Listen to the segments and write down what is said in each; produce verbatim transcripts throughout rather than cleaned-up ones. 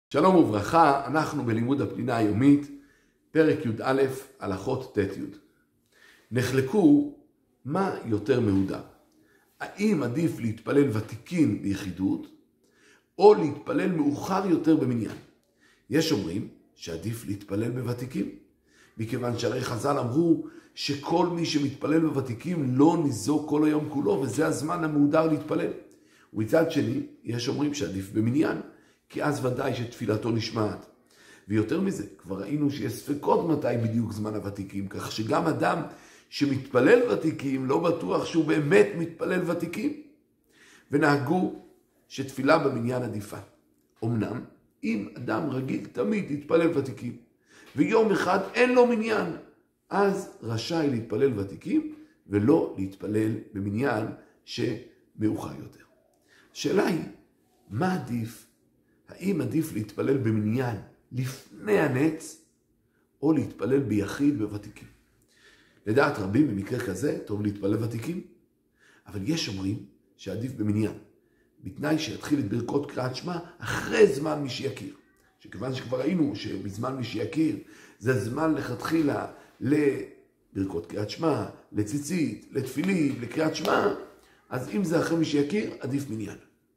שלום וברכה, אנחנו בלימוד הפנינה היומית, פרק י"א, הלכות ט"י. נחלקו מה יותר מהודר. האם עדיף להתפלל ותיקין ביחידות, או להתפלל מאוחר יותר במניין? יש אומרים שעדיף להתפלל בוותיקים, מכיוון שהרי חז"ל אמרו שכל מי שמתפלל בוותיקים לא ניזוק כל היום כולו, וזה הזמן המהודר להתפלל. ומצד שני, יש אומרים שעדיף במניין, כי אז ודאי שתפילתו נשמעת. ויותר מזה, כבר ראינו שיש ספקות מתי בדיוק זמן הוותיקים, כך שגם אדם שמתפלל ותיקים לא בטוח שהוא באמת מתפלל ותיקים. ונהגו שתפילה במניין עדיפה. אמנם, אם אדם רגיל תמיד יתפלל ותיקים, ויום אחד אין לו מניין, אז רשאי להתפלל ותיקים, ולא להתפלל במניין שמאוחר יותר. השאלה היא, מה עדיף? האם עדיף להתפלל במניין לפני הנץ, או להתפלל ביחיד בוותיקים? לדעת רבים, במקרה כזה, טוב להתפלל ותיקים, אבל יש אומרים שעדיף במניין, בתנאי שיתחיל את ברכות קריאת שמע אחרי זמן מי שיכיר. שכיוון שכבר ראינו שבזמן מי שיכיר, זה זמן לכתחילה לברכות קריאת שמע, לציצית, לתפילין, לקריאת שמע, אז אם זה אחרי מי שיכיר, עדיף מניין.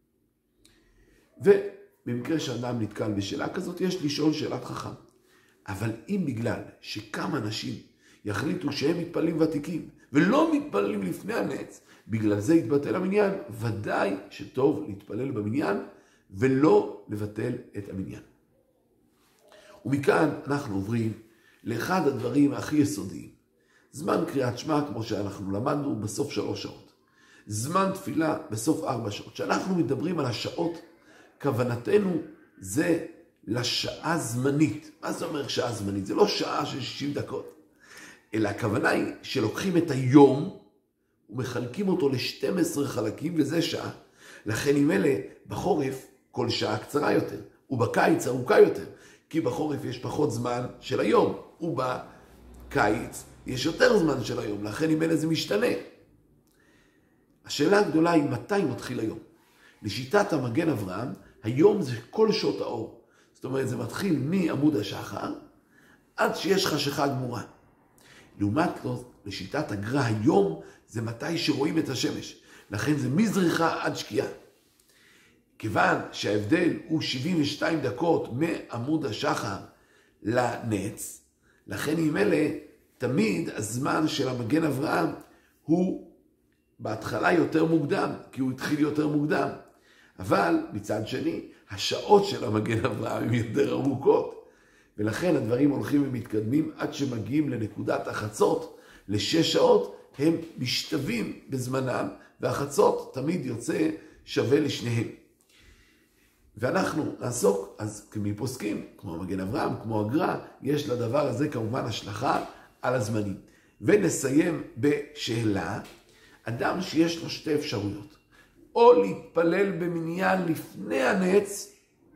ובמקרה שאדם נתקל בשאלה כזאת, יש לשאול שאלת חכם. אבל אם בגלל שכמה אנשים יחליטו שהם מתפללים ותיקים, ולא מתפללים לפני הנץ, בגלל זה יתבטל המניין, ודאי שטוב להתפלל במניין, ולא לבטל את המניין. ומכאן אנחנו עוברים לאחד הדברים הכי יסודיים. זמן קריאת שמע, כמו שאנחנו למדנו, בסוף שלוש שעות. זמן תפילה בסוף ארבע שעות. כשאנחנו מדברים על השעות, כוונתנו זה לשעה זמנית. מה זה אומר שעה זמנית? זה לא שעה של שישים דקות, אלא הכוונה היא שלוקחים את היום ומחלקים אותו ל-שנים עשר חלקים, וזה שעה. לכן עם אלה בחורף כל שעה קצרה יותר, ובקיץ ארוכה יותר, כי בחורף יש פחות זמן של היום, ובקיץ יש יותר זמן של היום, לכן עם אלה זה משתנה. השאלה הגדולה היא מתי מתחיל היום. לשיטת המגן אברהם, היום זה כל שעות האור. זאת אומרת, זה מתחיל מעמוד השחר עד שיש חשיכה גמורה. לעומת זאת, לשיטת הגר"א היום זה מתי שרואים את השמש. לכן זה מזריחה עד שקיעה. כיוון שההבדל הוא שבעים ושתיים דקות מעמוד השחר לנץ, לכן עם אלה תמיד הזמן של המגן אברהם הוא בהתחלה יותר מוקדם, כי הוא התחיל יותר מוקדם. אבל מצד שני, השעות של המגן אברהם הן יותר ארוכות. ולכן הדברים הולכים ומתקדמים עד שמגיעים לנקודת החצות, לשש שעות, הם משתווים בזמנם, והחצות תמיד יוצא שווה לשניהם. ואנחנו נעסוק, אז כמי פוסקים, כמו המגן אברהם, כמו הגר"א, יש לדבר הזה כמובן השלכה על הזמנים. ונסיים בשאלה, אדם שיש לו שתי אפשרויות, או להתפלל במניין לפני הנץ,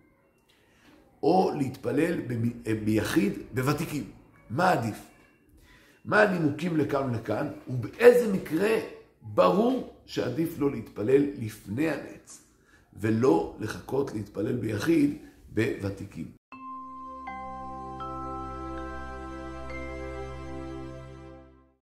או להתפלל ב- ביחיד בוותיקים. מה עדיף? מה הנימוקים לכאן ולכאן, ובאיזה מקרה ברור שעדיף לו להתפלל לפני הנץ, ולא לחכות להתפלל ביחיד בוותיקים.